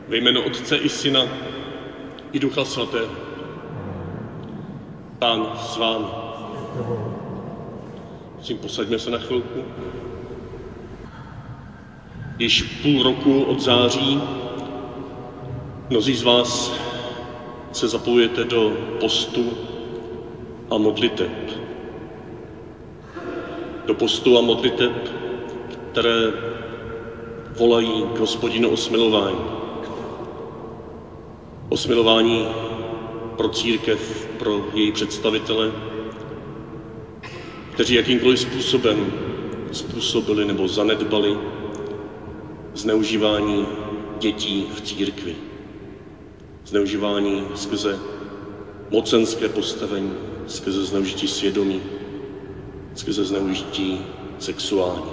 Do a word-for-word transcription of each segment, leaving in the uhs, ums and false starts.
Ve jméno Otce i Syna i Ducha Svatého. Pán s vámi. Prosím, posaďme se na chvilku. Již půl roku od září mnozí z vás se zapojujete do postu a modliteb. Do postu a modliteb, které volají k Hospodinu o smilování. O smilování pro církev, pro její představitele, kteří jakýmkoliv způsobem způsobili nebo zanedbali zneužívání dětí v církvi. Zneužívání skrze mocenské postavení, skrze zneužití svědomí, skrze zneužití sexuální.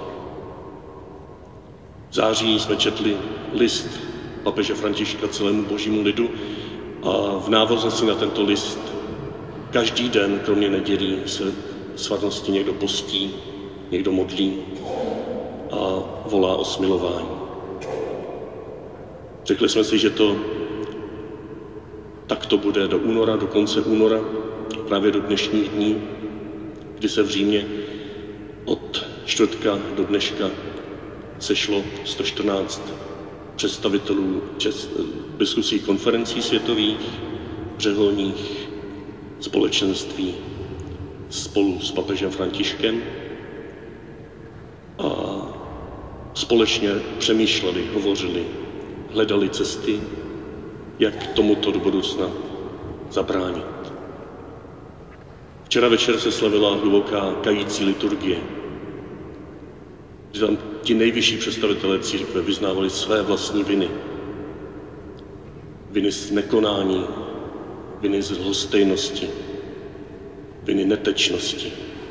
V září jsme četli list papeže Františka celému božímu lidu a v návaznosti na tento list každý den, kromě nedělí, se svatnosti někdo postí, někdo modlí a volá o smilování. Řekli jsme si, že to tak to bude do února, do konce února, právě do dnešních dní, kdy se v Římě od čtvrtka do dneška sešlo sto čtrnáct představitelů biskupských konferencí světových, řeholních společenství spolu s papežem Františkem a společně přemýšleli, hovořili, hledali cesty, jak tomuto do budoucna zabránit. Včera večer se slavila hluboká kající liturgie, že tam ti nejvyšší představitelé církve vyznávali své vlastní viny. Viny z nekonání, viny z lhostejnosti, viny netečnosti.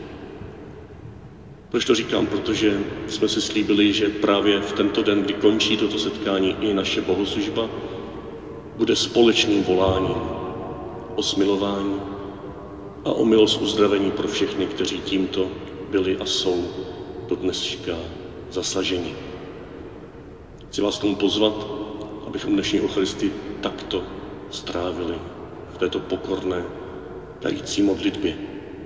Proč to říkám? Protože jsme si slíbili, že právě v tento den, kdy končí toto setkání i naše bohoslužba, bude společným voláním o smilování a o milost uzdravení pro všechny, kteří tímto byli a jsou do dneška zasaženi. Chci vás tomu pozvat, abychom dnešní Eucharistii takto strávili v této pokorné, kající modlitbě.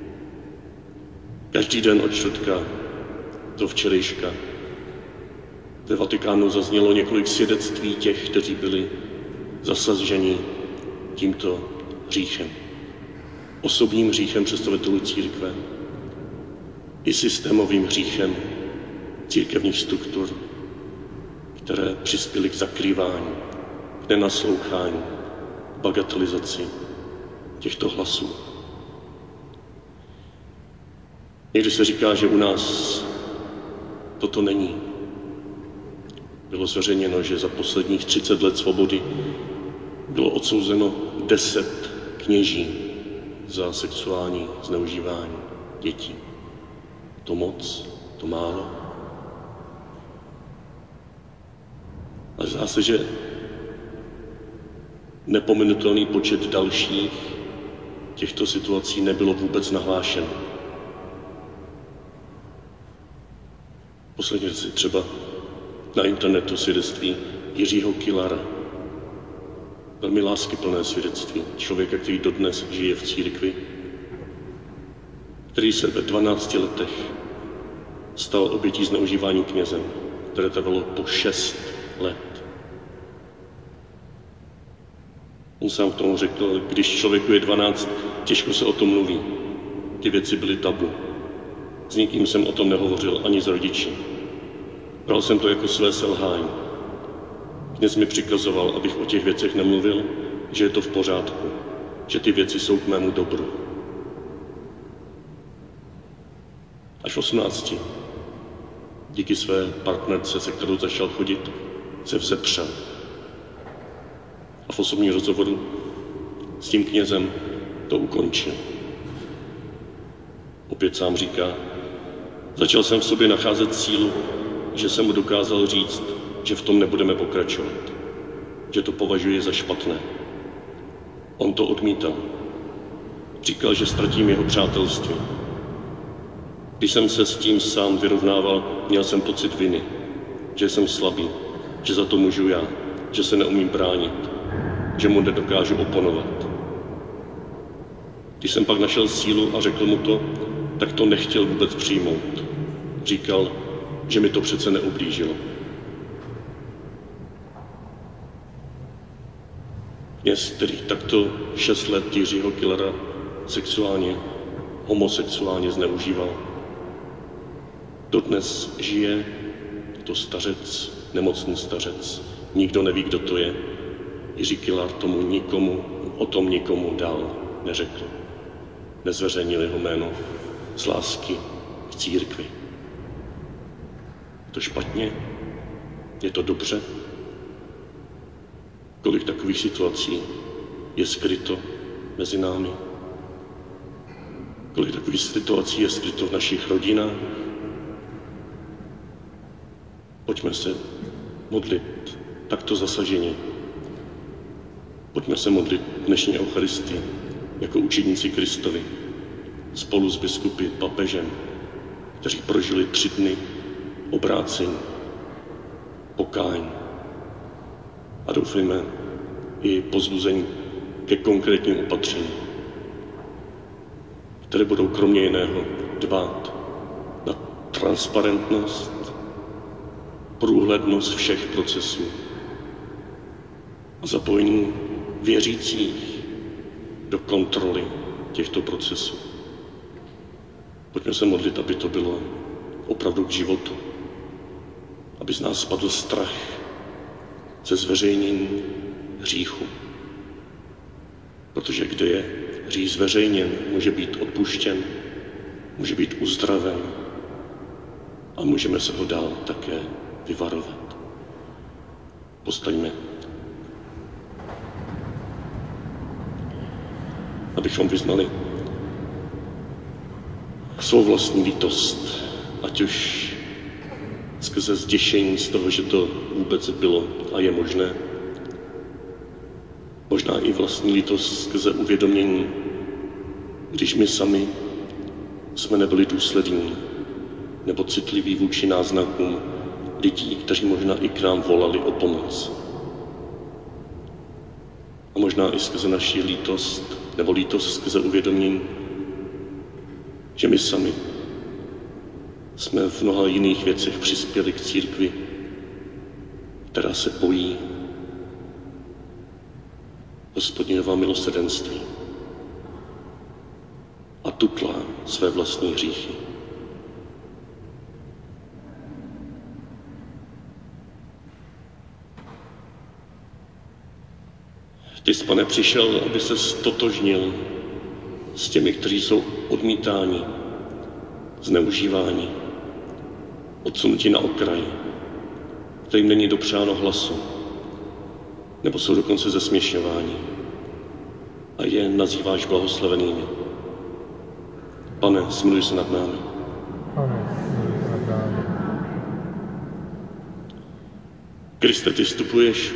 Každý den od čtvrtka do včerejška ve Vatikánu zaznělo několik svědectví těch, kteří byli zasaženi tímto hříchem. Osobním hříchem představitelů církve i systémovým hříchem církevních struktur, které přispěly k zakrývání, k nenaslouchání, k bagatelizaci těchto hlasů. Někdy se říká, že u nás toto není. Bylo zveřejněno, že za posledních třicet let svobody bylo odsouzeno deset kněží za sexuální zneužívání dětí. To moc, to málo. A zdá se, že nepominutelný počet dalších těchto situací nebylo vůbec nahlášeno. Posledně si třeba na internetu svědectví Jiřího Kilara. Velmi láskyplné svědectví člověka, který dodnes žije v církvi, který se ve dvanácti letech stal obětí zneužívání knězem, které trvalo po šest let. On sám k tomu řekl, když člověku je dvanáct, těžko se o tom mluví. Ty věci byly tabu. S nikým jsem o tom nehovořil, ani s rodiči. Bral jsem to jako své selhání. Kněz mi přikazoval, abych o těch věcech nemluvil, že je to v pořádku, že ty věci jsou k mému dobru. Až v osmnácti, díky své partnerce, se kterou začal chodit, se vzepřel. A v osobním rozhovoru s tím knězem to ukončil. Opět sám říká, začal jsem v sobě nacházet sílu, že jsem mu dokázal říct, že v tom nebudeme pokračovat, že to považuje za špatné. On to odmítal. Říkal, že ztratím jeho přátelství. Když jsem se s tím sám vyrovnával, měl jsem pocit viny, že jsem slabý, že za to můžu já, že se neumím bránit, že mu nedokážu oponovat. Když jsem pak našel sílu a řekl mu to, tak to nechtěl vůbec přijmout. Říkal, že mi to přece neublížilo. Kněz, který takto šest let Jiřího Killera sexuálně, homosexuálně zneužíval, dodnes žije, je to stařec, nemocný stařec, nikdo neví, kdo to je. Jiří Killer tomu nikomu, o tom nikomu dál neřekl. Nezveřejnil jeho jméno z lásky k církvi. Je to špatně? Je to dobře? Kolik takových situací je skryto mezi námi? Kolik takových situací je skryto v našich rodinách? Pojďme se modlit takto zasaženi. Pojďme se modlit dnešní Eucharistii jako učedníci Kristovi spolu s biskupy, papežem, kteří prožili tři dny obrácení, pokání a doufejme i pozbuzení ke konkrétním opatřením, které budou kromě jiného dbát na transparentnost, průhlednost všech procesů a zapojení věřících do kontroly těchto procesů. Pojďme se modlit, aby to bylo opravdu k životu, aby z nás spadl strach ze zveřejnění hříchu. Protože kde je hřích zveřejněn, může být odpuštěn, může být uzdraven a můžeme se ho dál také vyvarovat. Postaňme, abychom vyznali svou vlastní lítost, ať už skrze zděšení z toho, že to vůbec bylo a je možné. Možná i vlastní lítost skrze uvědomění, když my sami jsme nebyli důslední nebo citliví vůči náznakům lidí, kteří možná i k nám volali o pomoc. A možná i skrze naši lítost nebo lítost skrze uvědomění, že my sami jsme v mnoha jiných věcech přispěli k církvi, která se bojí Hospodinova milosrdenství a tutlá své vlastní hříchy. Ty jsi, Pane, přišel, aby se stotožnil s těmi, kteří jsou odmítáni, zneužíváni, odsunuti na okraj, kterým není dopřáno hlasu, nebo jsou dokonce zesměšňováni a je nazýváš blahoslavenými. Pane, smiluj se nad námi. Pane, smiluj se nad námi. Kriste, ty vstupuješ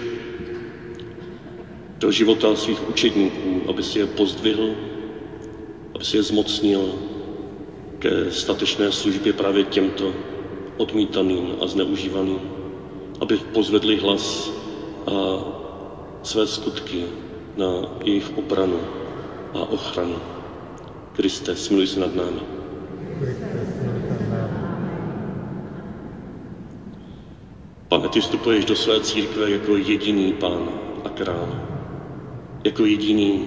do života svých učedníků, aby si je pozdvihl, aby si je zmocnil ke statečné službě právě těmto odmítaným a zneužívaným, aby pozvedli hlas a své skutky na jejich obranu a ochranu. Kriste, smiluj se nad námi. Kriste, smiluj se nad námi. Pane, ty vstupuješ do své církve jako jediný pán a král, jako jediný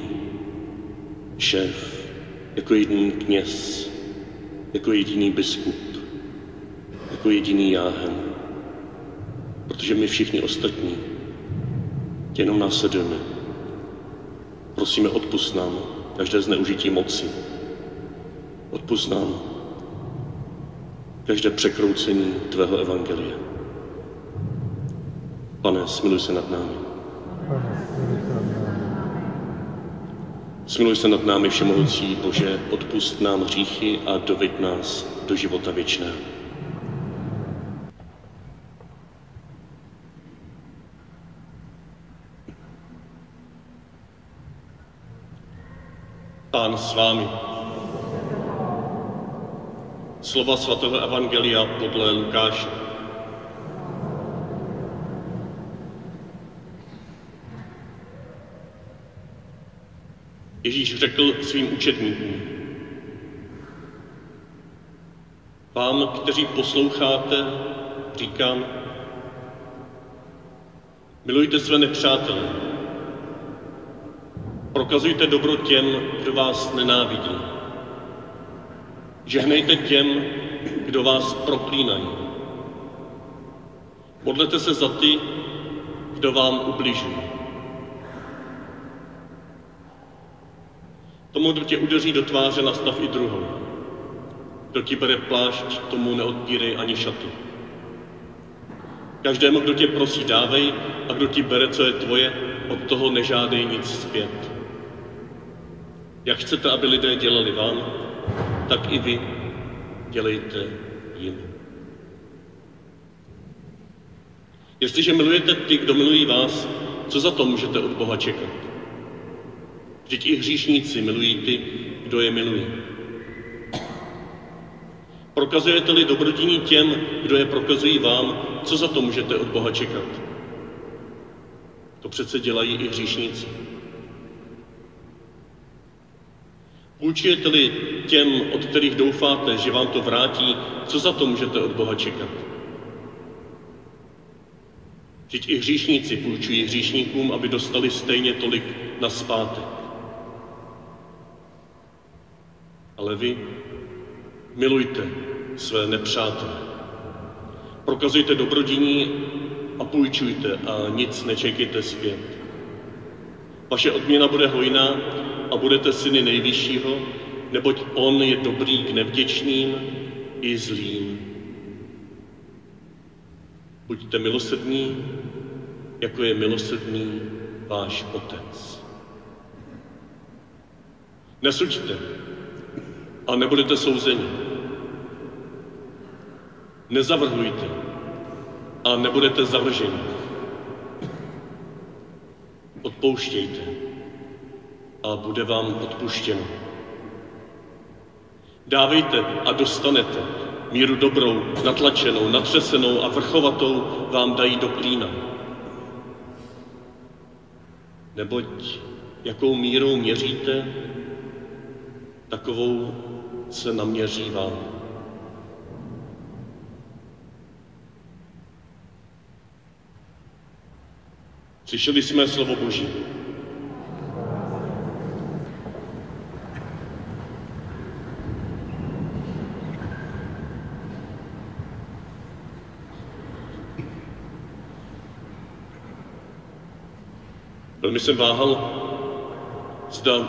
šéf, jako jediný kněz, jako jediný biskup, jako jediný jáhen, protože my všichni ostatní tě jenom následujeme. Prosíme, odpusť nám každé zneužití moci. Odpusť nám každé překroucení tvého evangelia. Pane, smiluj se nad námi. Pane, smiluj se nad námi. Smiluj se nad námi, všemohoucí Bože, odpusť nám hříchy a doveď nás do života věčného. Pán s vámi. Slova svatého evangelia podle Lukáše. Ježíš řekl svým učedníkům: Vám, kteří posloucháte, říkám, milujte své nepřátele. Prokazujte dobro těm, kdo vás nenávidí. Žehnejte těm, kdo vás proklínají. Modlete se za ty, kdo vám ubližují. Tomu, kdo tě udeří do tváře, nastav i druhou. Kdo ti bere plášť, tomu neodpírej ani šatu. Každému, kdo tě prosí, dávej, a kdo ti bere, co je tvoje, od toho nežádej nic zpět. Jak chcete, aby lidé dělali vám, tak i vy dělejte jim. Jestliže milujete ty, kdo milují vás, co za to můžete od Boha čekat? Vždyť i hříšníci milují ty, kdo je milují. Prokazujete-li dobrodiní těm, kdo je prokazují vám, co za to můžete od Boha čekat? To přece dělají i hříšníci. Půjčujete-li těm, od kterých doufáte, že vám to vrátí, co za to můžete od Boha čekat? Vždyť i hříšníci půjčují hříšníkům, aby dostali stejně tolik nazpátek. Ale vy milujte své nepřátele. Prokazujte dobrodiní a půjčujte a nic nečekejte zpět. Vaše odměna bude hojná a budete syny nejvyššího, neboť on je dobrý k nevděčným i zlým. Buďte milosrdní, jako je milosrdný váš Otec. Nesuďte a nebudete souzeni. Nezavrhujte a nebudete zavrženi. Odpouštějte a bude vám odpuštěno. Dávejte a dostanete. Míru dobrou, natlačenou, natřesenou a vrchovatou vám dají do klína. Neboť jakou mírou měříte, takovou se naměří vám. Slyšeli jsme slovo Boží. Velmi jsem váhal, zda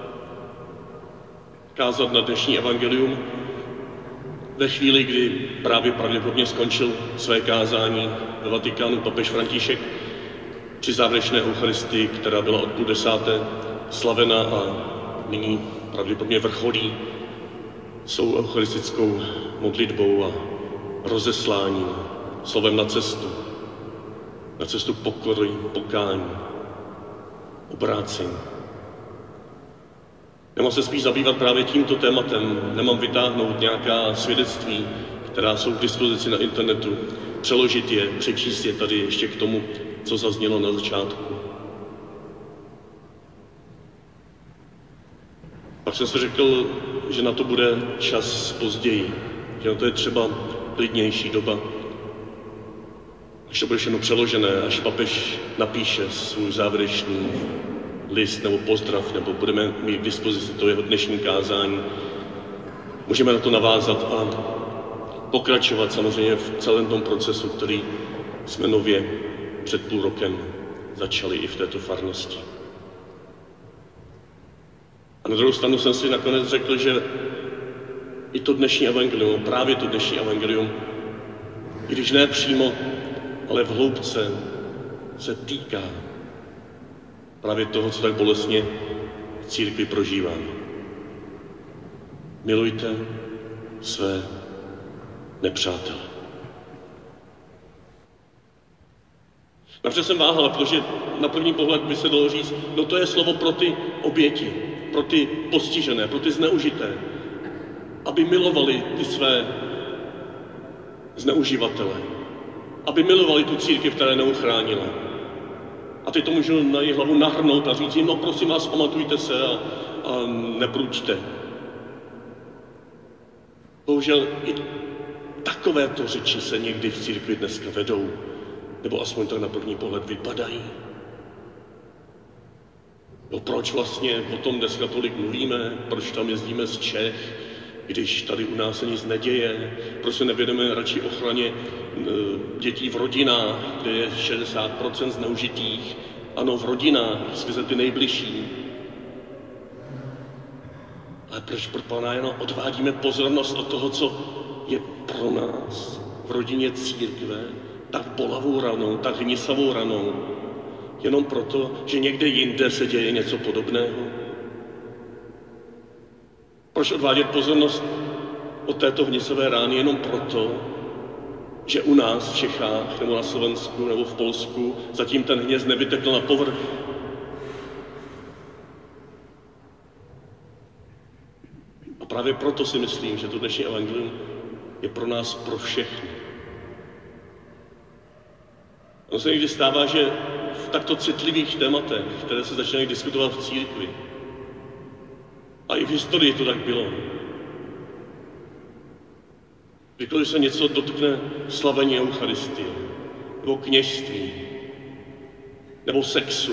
kázat na dnešní evangelium ve chvíli, kdy právě pravděpodobně skončil své kázání ve Vatikánu papež František při závěrečné eucharistii, která byla od půl desáté slavena a nyní pravděpodobně vrcholí svou eucharistickou modlitbou a rozesláním, slovem na cestu, na cestu pokory, pokání, obrácení. Nemám se spíš zabývat právě tímto tématem, nemám vytáhnout nějaká svědectví, která jsou k dispozici na internetu, přeložit je, přečíst je tady ještě k tomu, co zaznělo na začátku. Pak jsem si řekl, že na to bude čas později, že na to je třeba klidnější doba, až to bude všechno přeložené, až papež napíše svůj závěrečný list nebo pozdrav, nebo budeme mít k dispozici to jeho dnešní kázání. Můžeme na to navázat a pokračovat samozřejmě v celém tom procesu, který jsme nově před půl rokem začali i v této farnosti. A na druhou stranu jsem si nakonec řekl, že i to dnešní evangelium, právě to dnešní evangelium, i když ne přímo, ale v hloubce se týká právě toho, co tak bolestně v církvi prožíváme. Milujte své nepřátele. Napřed jsem váhal, protože na první pohled by se dalo říct, no to je slovo pro ty oběti, pro ty postižené, pro ty zneužité, aby milovali ty své zneuživatele, aby milovali tu církev, která je neuchránila. A teď to můžu na její hlavu nahrnout a říct jim, no prosím vás, pamatujte se a, a nepruďte. Bohužel i takovéto řeči se někdy v církvi dneska vedou, nebo aspoň tak na první pohled vypadají. No proč vlastně o tom dneska tolik mluvíme, proč tam jezdíme z Čech, když tady u nás se nic neděje, proč se nevěnujeme radši ochraně dětí v rodinách, kde je šedesát procent zneužitých, ano, v rodinách, skrze ty nejbližší. Ale proč pro Pána jenom odvádíme pozornost od toho, co je pro nás v rodině církve tak bolavou ranou, tak hnisavou ranou, jenom proto, že někde jinde se děje něco podobného? Proč odvádět pozornost od této hnisavé rány jenom proto, že u nás v Čechách, nebo na Slovensku, nebo v Polsku zatím ten hněz nevytekl na povrch? A právě proto si myslím, že to dnešní evangelium je pro nás, pro všechny. Ono se někdy stává, že v takto citlivých tématech, které se začínají diskutovat v církvi, a i v historii to tak bylo, kdykoliv se něco dotkne slavení Eucharistie, nebo kněžství, nebo sexu,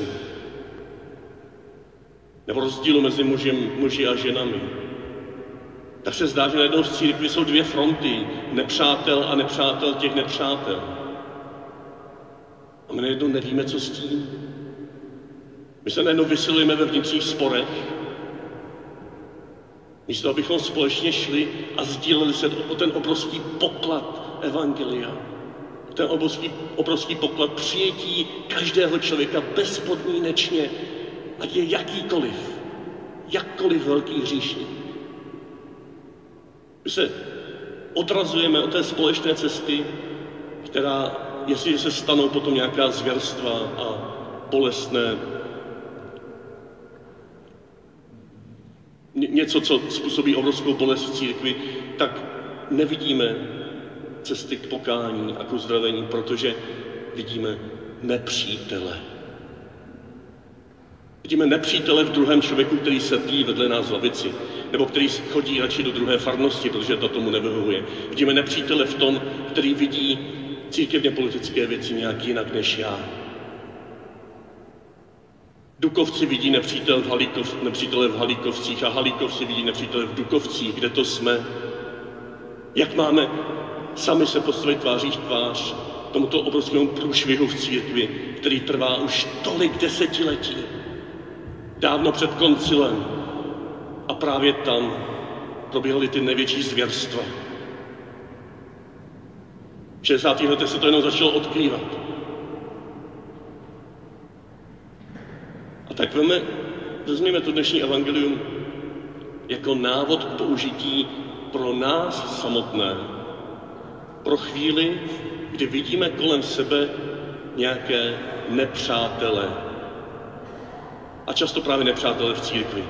nebo rozdílu mezi muži, muži a ženami, tak se zdá, že najednou v církvi jsou dvě fronty, nepřátel a nepřátel těch nepřátel. A my najednou nevíme, co s tím. My se najednou vysilujeme ve vnitřních sporech, místo abychom společně šli a sdíleli se o ten obrovský poklad evangelia, ten obrovský, obrovský poklad přijetí každého člověka bezpodmínečně, ať je jakýkoliv, jakkoliv velký hříšník. My se odrazujeme od té společné cesty, která, jestliže se stanou potom nějaká zvěrstva a bolestné, něco, co způsobí obrovskou bolest v církvi, tak nevidíme cesty k pokání a k uzdravení, protože vidíme nepřítele. Vidíme nepřítele v druhém člověku, který sedí vedle nás v lavici, nebo který chodí radši do druhé farnosti, protože to tomu nevyhovuje. Vidíme nepřítele v tom, který vidí církevně politické věci nějak jinak než já. Dukovci vidí nepřítel v Halíkov, nepřítele v Halíkovcích a Halíkovci vidí nepřítele v Dukovcích, kde to jsme. Jak máme sami se postavit tváří v tvář tomuto obrovskému průšvihu v církvi, který trvá už tolik desetiletí, dávno před koncilem. A právě tam probíhaly ty největší zvěrstva. V šedesátých letech se to jenom začalo odkrývat. A tak veme, vezměme to dnešní evangelium jako návod k použití pro nás samotné. Pro chvíli, kdy vidíme kolem sebe nějaké nepřátele. A často právě nepřátele v církvi.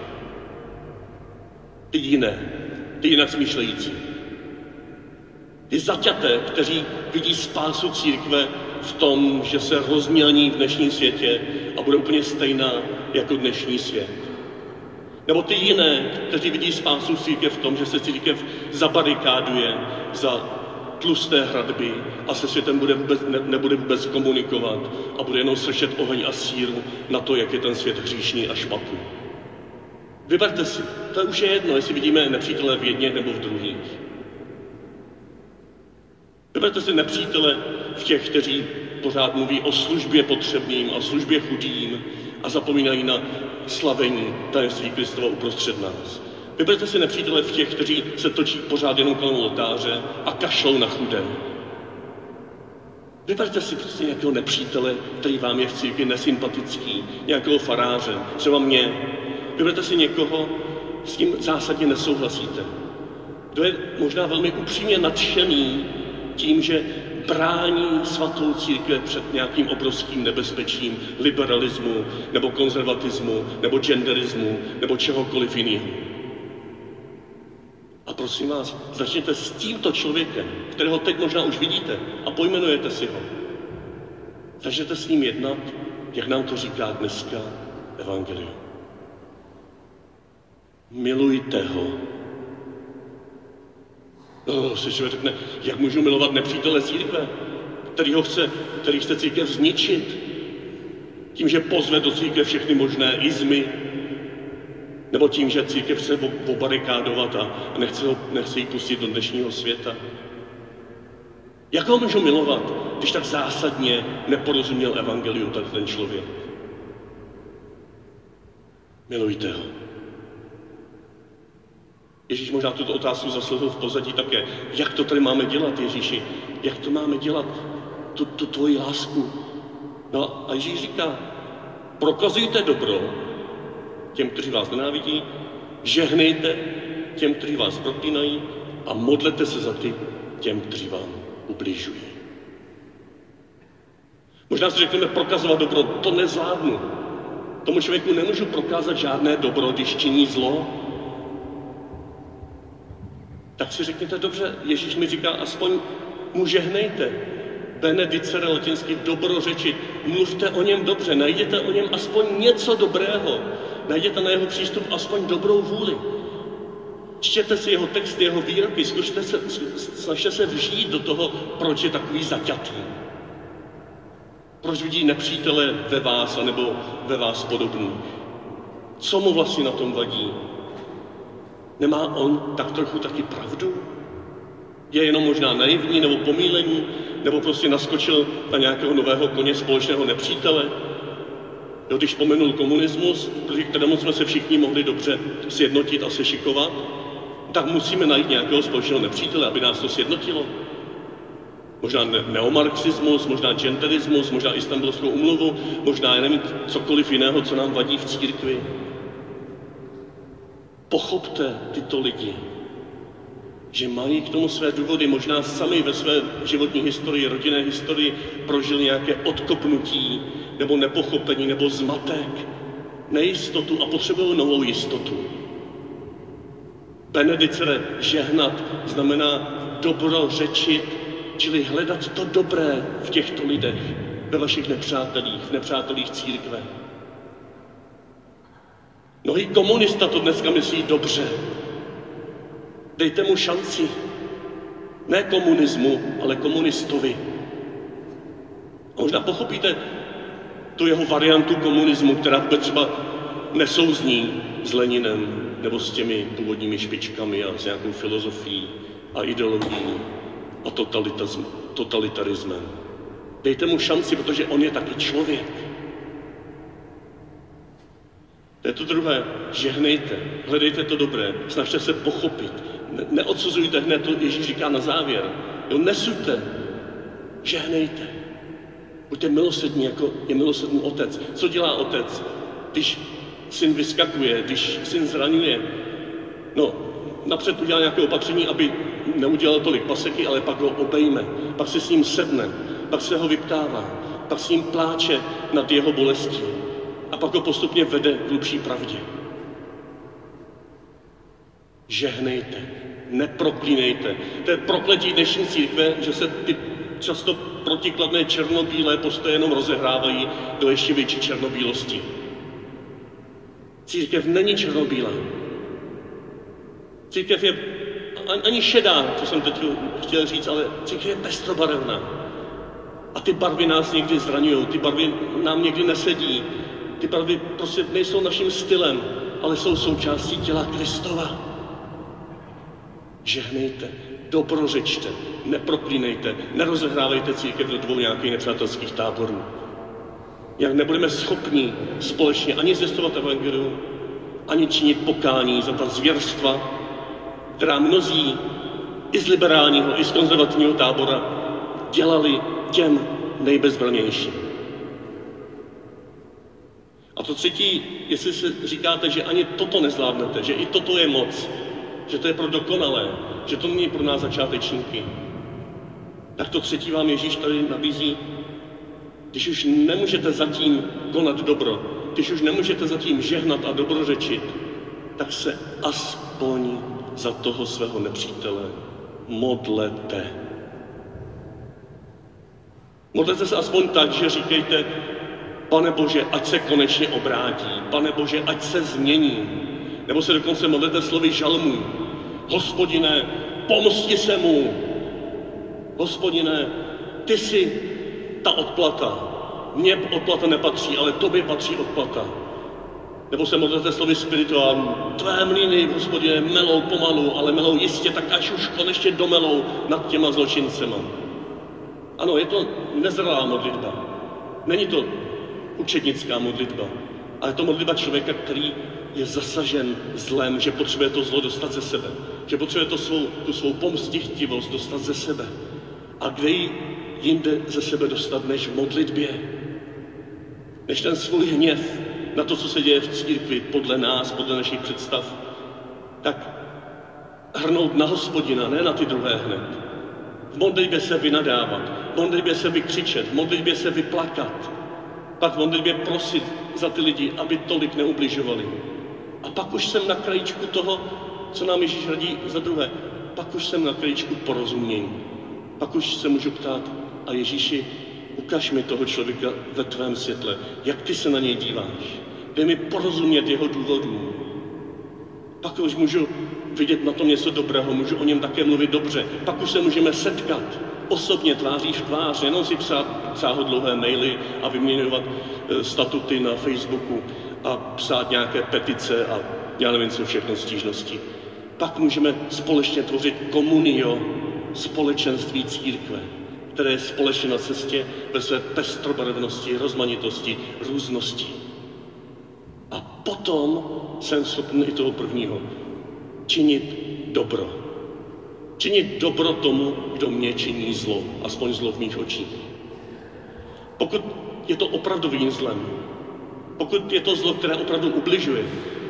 Ty jiné, ty jinak smýšlející. Ty zaťaté, kteří vidí spásu církve v tom, že se rozmělní v dnešním světě a bude úplně stejná jako dnešní svět. Nebo ty jiné, kteří vidí spásu církve v tom, že se církev zabarikáduje za tlusté hradby a se světem bude vůbec, ne, nebude vůbec komunikovat a bude jenom sršet oheň a síru na to, jak je ten svět hříšný a špatný. Vyberte si, to už je jedno, jestli vidíme nepřítele v jedněch nebo v druhých. Vyberte si nepřítele v těch, kteří pořád mluví o službě potřebným a službě chudým a zapomínají na slavení tajemství Kristova uprostřed nás. Vyberte si nepřítele v těch, kteří se točí pořád jenom kolem oltáře a kašlou na chudé. Vyberte si prostě nějakého nepřítele, který vám je v církvi nesympatický, nějakého faráře, třeba mě. Vyberte si někoho, s tím zásadně nesouhlasíte. Kdo je možná velmi upřímně nadšený tím, že brání svatou církve před nějakým obrovským nebezpečím liberalismu, nebo konzervatismu, nebo genderismu, nebo čehokoliv jiného. A prosím vás, začněte s tímto člověkem, kterého teď možná už vidíte a pojmenujete si ho. Začněte s ním jednat jak nám to říká dneska evangelium. Milujte ho. No, si člověk řekne, jak můžu milovat nepřítele církve, který ho chce, který chce církev zničit, tím, že pozve do církve všechny možné izmy, nebo tím, že církev chce obarikádovat a nechce, ho, nechce ji pustit do dnešního světa. Jak ho můžu milovat, když tak zásadně neporozuměl evangeliu tak ten člověk? Milujte ho. Ježíš možná tuto otázku zaslechl v pozadí také. Jak to tady máme dělat, Ježíši? Jak to máme dělat, tu, tu tvoji lásku? No a Ježíš říká, prokazujte dobro těm, kteří vás nenávidí, žehnejte těm, kteří vás proklínají a modlete se za ty, těm, kteří vám ubližují. Možná si řekneme, prokazovat dobro, to nezvládnu. Tomu člověku nemůžu prokázat žádné dobro, když činí zlo. Tak si řekněte, dobře, Ježíš mi říká, aspoň mu žehnejte. Benedicere latinsky, dobrořečit. Mluvte o něm dobře, najděte o něm aspoň něco dobrého. Najděte na jeho přístup aspoň dobrou vůli. Čtěte si jeho texty, jeho výroky, zkušte se, snažte se vžít do toho, proč je takový zaťatý. Proč vidí nepřítele ve vás, anebo ve vás podobný. Co mu vlastně na tom vadí? Nemá on tak trochu taky pravdu? Je jenom možná naivní nebo pomílení, nebo prostě naskočil na nějakého nového koně společného nepřítele? Jo, když pomenul komunismus, proti kterému jsme se všichni mohli dobře sjednotit a sešikovat, tak musíme najít nějakého společného nepřítele, aby nás to sjednotilo. Možná neomarxismus, možná genderismus, možná Istanbulskou úmluvu, možná nevím, cokoliv jiného, co nám vadí v církvi. Pochopte tyto lidi, že mají k tomu své důvody, možná sami ve své životní historii, rodinné historii prožili nějaké odkopnutí, nebo nepochopení, nebo zmatek, nejistotu a potřebují novou jistotu. Benedicere, žehnat, znamená dobrořečit, čili hledat to dobré v těchto lidech, ve vašich nepřátelích, v nepřátelích církve. Mnohý komunista to dneska myslí dobře. Dejte mu šanci. Ne komunismu, ale komunistovi. A možná pochopíte tu jeho variantu komunismu, která třeba nesouzní s Leninem nebo s těmi původními špičkami a s nějakou filozofií a ideologií a totalitarismem. Dejte mu šanci, protože on je taky člověk. To je to druhé. Žehnejte, hledejte to dobré, snažte se pochopit. Ne- neodsuzujte hned, to Ježíš říká na závěr. Jo, nesuďte, žehnejte. Buďte milosrdní, jako je milosrdný otec. Co dělá otec, když syn vyskakuje, když syn zraňuje? No, napřed udělá nějaké opatření, aby neudělal tolik paseky, ale pak ho obejme, pak se s ním sedne, pak se ho vyptává, pak s ním pláče nad jeho bolestí a pak ho postupně vede k hlubší pravdě. Žehnejte, neproklínejte. To je prokletí dnešní církve, že se ty často protikladné černobílé postoje jenom rozehrávají do ještě větší černobílosti. Církev není černobílá. Církev je ani šedá, co jsem teď chtěl říct, ale církev je pestrobarevná. A ty barvy nás někdy zraňují, ty barvy nám někdy nesedí, ty barvy prostě nejsou naším stylem, ale jsou součástí těla Kristova. Žehnejte, dobrořečte, neproklínejte, nerozehrávejte církev do dvou nějakých nepřátelských táborů. Jak nebudeme schopni společně ani zvěstovat evangelium, ani činit pokání za ta zvěrstva, která mnozí i z liberálního, i z konzervativního tábora dělali těm nejbezbranějším. A to třetí, jestli si říkáte, že ani toto nezvládnete, že i toto je moc, že to je pro dokonalé, že to není pro nás začátečníky, tak to třetí vám Ježíš tady nabízí, když už nemůžete zatím konat dobro, když už nemůžete zatím žehnat a dobrořečit, tak se aspoň za toho svého nepřítele modlete. Modlete se aspoň tak, že říkejte, Pane Bože, ať se konečně obrátí. Pane Bože, ať se změní. Nebo se dokonce modlete slovy žalmů. Hospodine, pomsti se mu. Hospodine, ty jsi ta odplata. Mně odplata nepatří, ale tobě patří odplata. Nebo se modlete slovy spirituálů. Tvé mlýny, Hospodine, melou pomalu, ale melou jistě, tak až už konečně domelou nad těma zločincema. Ano, je to nezralá modlitba. Není to učednická modlitba, ale je to modlitba člověka, který je zasažen zlem, že potřebuje to zlo dostat ze sebe. Že potřebuje to svou, tu svou pomstichtivost dostat ze sebe. A kde ji jinde ze sebe dostat, než v modlitbě. Než ten svůj hněv na to, co se děje v církvi, podle nás, podle našich představ, tak hrnout na Hospodina, ne na ty druhé hned. V modlitbě se vynadávat, v modlitbě se vykřičet, v modlitbě se vyplakat, pak v modlitbě prosit za ty lidi, aby tolik neubližovali. A pak už jsem na krajíčku toho, co nám Ježíš radí za druhé, pak už jsem na krajíčku porozumění. Pak už se můžu ptát, a Ježíši, ukaž mi toho člověka ve tvém světle, jak ty se na něj díváš. Dej mi porozumět jeho důvodům. Pak už můžu vidět na tom něco dobrého, můžu o něm také mluvit dobře. Pak už se můžeme setkat osobně tváří v tvář, jenom si psát, psát dlouhé maily a vyměňovat statuty na Facebooku a psát nějaké petice a já nevím, co všechno stížnosti. Pak můžeme společně tvořit komunio, společenství církve, které je společně na cestě ve své pestrobarevnosti, rozmanitosti, různosti. A potom jsem schopen i toho prvního. Činit dobro. Činit dobro tomu, kdo mě činí zlo, aspoň zlo v mých očích. Pokud je to opravdovým zlem, pokud je to zlo, které opravdu ubližuje,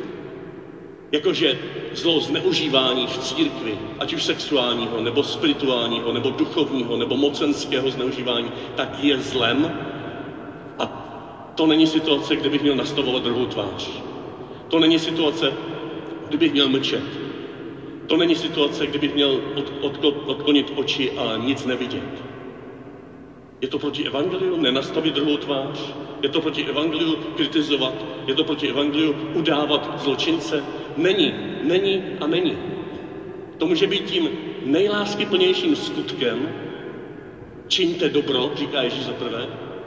jakože zlo zneužívání v církvi, ať už sexuálního, nebo spirituálního, nebo duchovního, nebo mocenského zneužívání, tak je zlem. A to není situace, kde bych měl nastavovat druhou tvář. To není situace, kdybych měl mlčet. To není situace, kdybych měl od, od, odklonit oči a nic nevidět. Je to proti evangeliu nenastavit druhou tvář? Je to proti evangeliu kritizovat? Je to proti evangeliu udávat zločince? Není, není a není. To může být tím nejláskyplnějším skutkem. Čiňte dobro, říká Ježíš za prvé.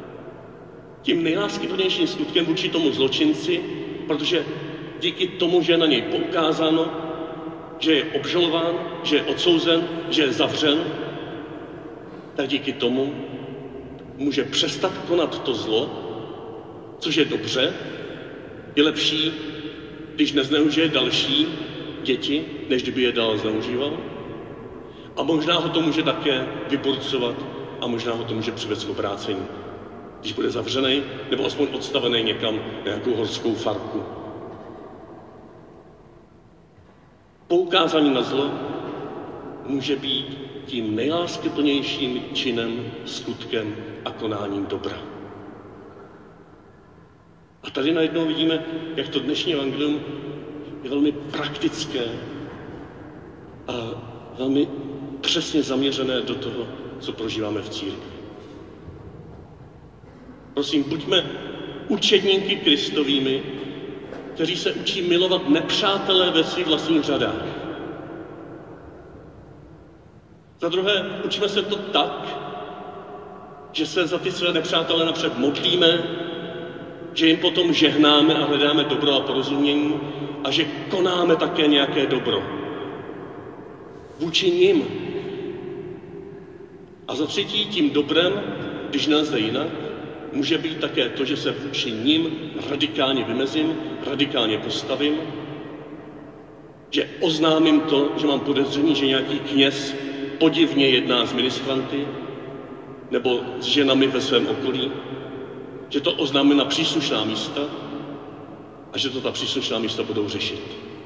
Tím nejláskyplnějším skutkem vůči tomu zločinci, protože díky tomu, že je na něj poukázáno, že je obžalován, že je odsouzen, že je zavřen, tak díky tomu může přestat konat to zlo, což je dobře. Je lepší, když nezneužije další děti, než kdyby je dál zneužíval. A možná ho to může také vyburcovat a možná ho to může přivést k obrácení. Když bude zavřený, nebo aspoň odstavený někam na nějakou horskou farku. Poukázání na zlo může být tím nejláskyplnějším činem, skutkem a konáním dobra. A tady najednou vidíme, jak to dnešní evangelium je velmi praktické a velmi přesně zaměřené do toho, co prožíváme v církvi. Prosím, buďme učedníky Kristovými, kteří se učí milovat nepřátelé ve svých vlastních řadách. Za druhé, učíme se to tak, že se za ty své nepřátelé napřed modlíme, že jim potom žehnáme a hledáme dobro a porozumění a že konáme také nějaké dobro vůči nim. A za třetí, tím dobrem, když nelze jinak, může být také to, že se vůči nim radikálně vymezím, radikálně postavím, že oznámím to, že mám podezření, že nějaký kněz podivně jedná s ministranty nebo s ženami ve svém okolí, že to oznámím na příslušná místa a že to ta příslušná místa budou řešit.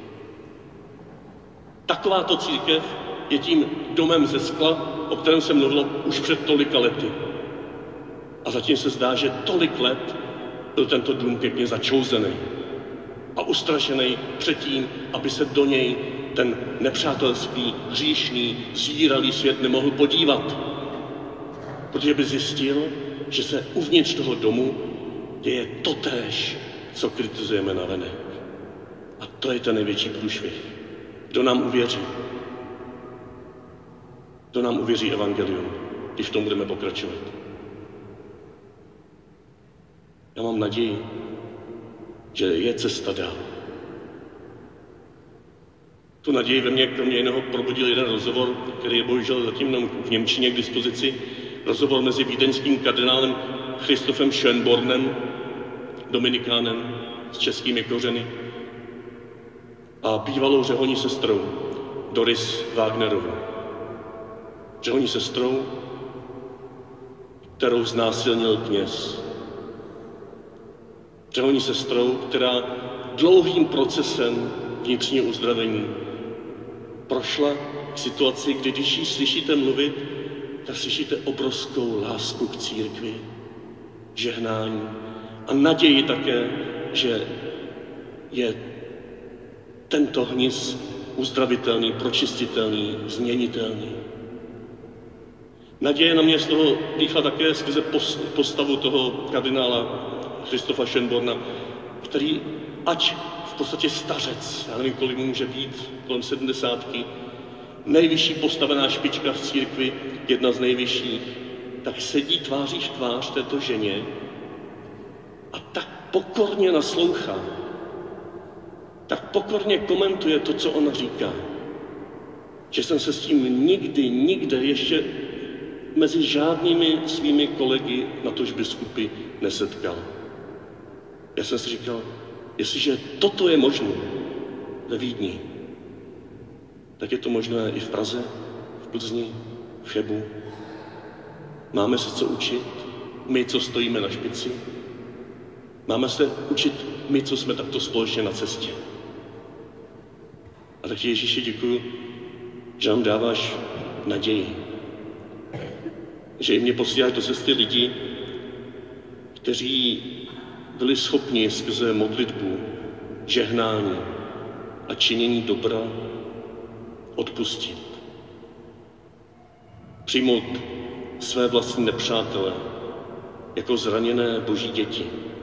Takováto církev je tím domem ze skla, o kterém se mluvilo už před tolika lety. A zatím se zdá, že tolik let byl tento dům pěkně začouzený a ustrašený před tím, aby se do něj ten nepřátelský, hříšný, zíralý svět nemohl podívat. Protože by zjistil, že se uvnitř toho domu děje totéž, co kritizujeme navenek. A to je ten největší průšvih. Kdo nám uvěří? Kdo nám uvěří evangelium, když v tom budeme pokračovat? Já mám naději, že je cesta dál. Tu naději ve mně kromě jiného probudil jeden rozhovor, který je bohužel zatím jenom v němčině k dispozici. Rozhovor mezi vídeňským kardinálem Christophem Schönbornem, dominikánem s českými kořeny, a bývalou řeholní sestrou Doris Wagnerovou. Řeholní sestrou, kterou znásilnil kněz. Řeholní sestrou, která dlouhým procesem vnitřního uzdravení prošla k situaci, kdy když ji slyšíte mluvit, tak slyšíte obrovskou lásku k církvi, žehnání a naději také, že je tento hnis uzdravitelný, pročistitelný, změnitelný. Naděje na mě z toho dýchla také skrze postavu toho kardinála Christopha Schönborna, který, ať v podstatě stařec, já nevím, kolik mu může být, kolem sedmdesátky, nejvyšší postavená špička v církvi, jedna z nejvyšších, tak sedí tváří v tvář této ženě a tak pokorně naslouchá, tak pokorně komentuje to, co ona říká, že jsem se s tím nikdy, nikde ještě mezi žádnými svými kolegy, natož biskupy, nesetkal. Já jsem si říkal, jestliže toto je možné ve Vídni, tak je to možné i v Praze, v Plzni, v Chebu. Máme se co učit, my, co stojíme na špici. Máme se učit my, co jsme takto společně na cestě. A tak Ježíši děkuju, že nám dáváš naději. Že i mě posíláš do cesty lidi, kteří byli schopni skrze modlitbu, žehnání a činění dobra odpustit. Přijmout své vlastní nepřátele jako zraněné boží děti,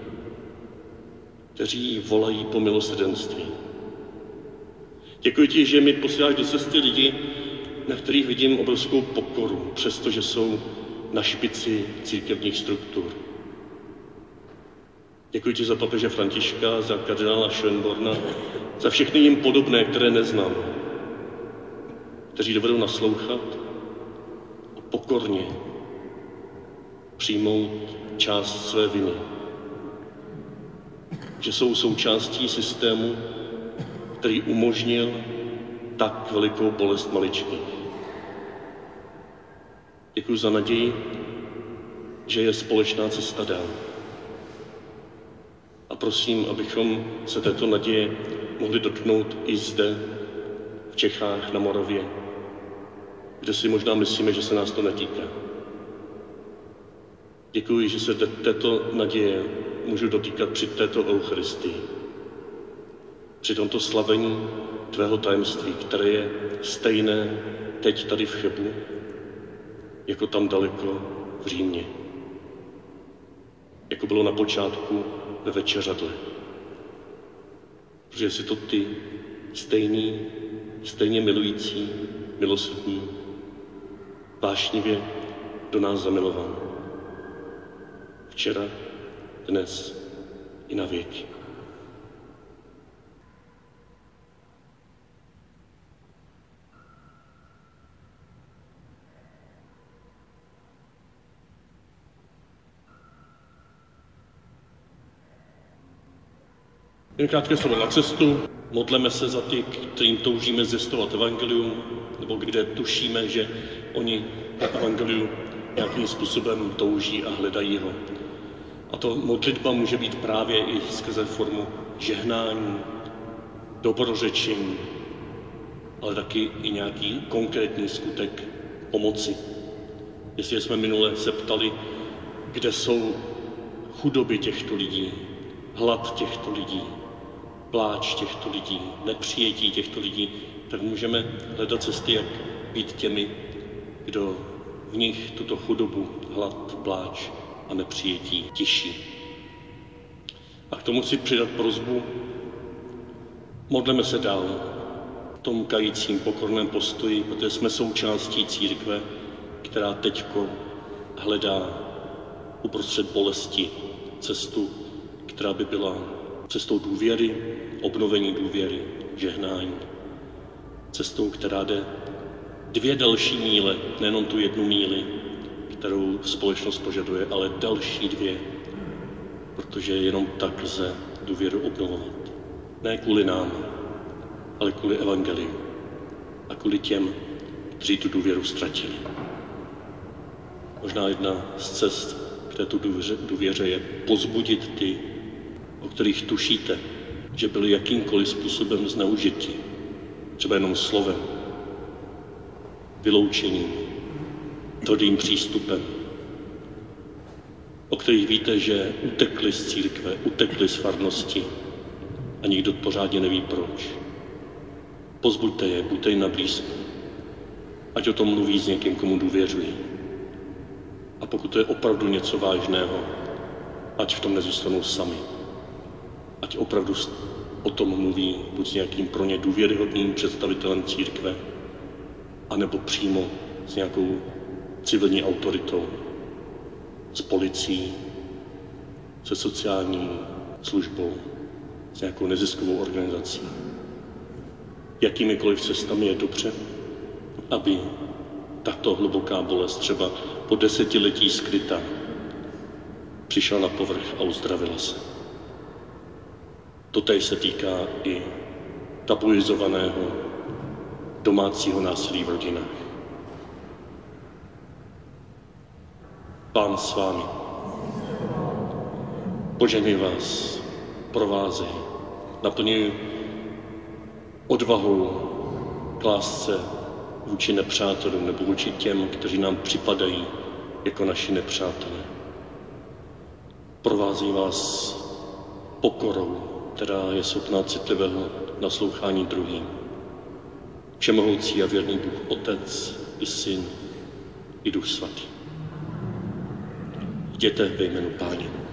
kteří volají po milosrdenství. Děkuji ti, že mi posíláš do cesty lidi, na kterých vidím obrovskou pokoru, přestože jsou na špici církevních struktur. Děkuji ti za papeže Františka, za kardinála Schönborna, za všechny jim podobné, které neznám, kteří dovedou naslouchat a pokorně přijmout část své viny. Že jsou součástí systému, který umožnil tak velikou bolest maličkých. Děkuji za naději, že je společná cesta dál. A prosím, abychom se této naděje mohli dotknout i zde, v Čechách, na Moravě, kde si možná myslíme, že se nás to netýká. Děkuji, že se této naděje můžu dotýkat při této Eucharistii. Při tomto slavení tvého tajemství, které je stejné teď tady v Chebu, jako tam daleko v Římě. Jako bylo na počátku ve večeřadle. Protože jsi to ty stejný, stejně milující, milosrdný, vášnivě do nás zamilovan. Včera, dnes i na věky. Jen krátké slovo na cestu. Modleme se za ty, kterým toužíme zjistovat evangelium, nebo kde tušíme, že oni po evangeliu nějakým způsobem touží a hledají ho. A to modlitba může být právě i skrze formu žehnání, dobrořečení, ale taky i nějaký konkrétní skutek pomoci. Jestli jsme minule se ptali, kde jsou chudoby těchto lidí, hlad těchto lidí, pláč těchto lidí, nepřijetí těchto lidí, tak můžeme hledat cesty, jak být těmi, kdo v nich tuto chudobu, hlad, pláč a nepřijetí tiší. A k tomu chci přidat prosbu, modleme se dál v tom kajícím pokorném postoji, protože jsme součástí církve, která teďko hledá uprostřed bolesti cestu, která by byla cestou důvěry, obnovení důvěry, žehnání. Cestou, která jde dvě další míle, nejenom tu jednu míli, kterou společnost požaduje, ale další dvě, protože jenom tak lze důvěru obnovovat. Ne kvůli nám, ale kvůli evangeliu a kvůli těm, kteří tu důvěru ztratili. Možná jedna z cest k této důvěře, důvěře je pozbudit ty, o kterých tušíte, že byli jakýmkoliv způsobem zneužiti, třeba jenom slovem, vyloučením, tvrdým přístupem, o kterých víte, že utekli z církve, utekli z farnosti a nikdo pořádně neví proč. Pozbuďte je, buďte jim na blízku, ať o tom mluví s někým, komu důvěřují. A pokud to je opravdu něco vážného, ať v tom nezůstanou sami. Ať opravdu o tom mluví buď s nějakým pro ně důvěryhodným představitelem církve, anebo přímo s nějakou civilní autoritou, s policií, se sociální službou, s nějakou neziskovou organizací. Jakýmikoliv cestami je dobře, aby tato hluboká bolest třeba po desetiletí skrytá přišla na povrch a uzdravila se. Totéž se týká i tabuizovaného domácího násilí v rodinách. Pán s vámi. Požehnej vás, provázej, naplňuj odvahou k lásce vůči nepřátelům nebo vůči těm, kteří nám připadají jako naši nepřátelé. Provází vás pokorou, která je schopná citlivého naslouchání druhým. Všemohoucí a věrný Bůh, Otec i Syn i Duch Svatý. Jděte ve jménu Páně.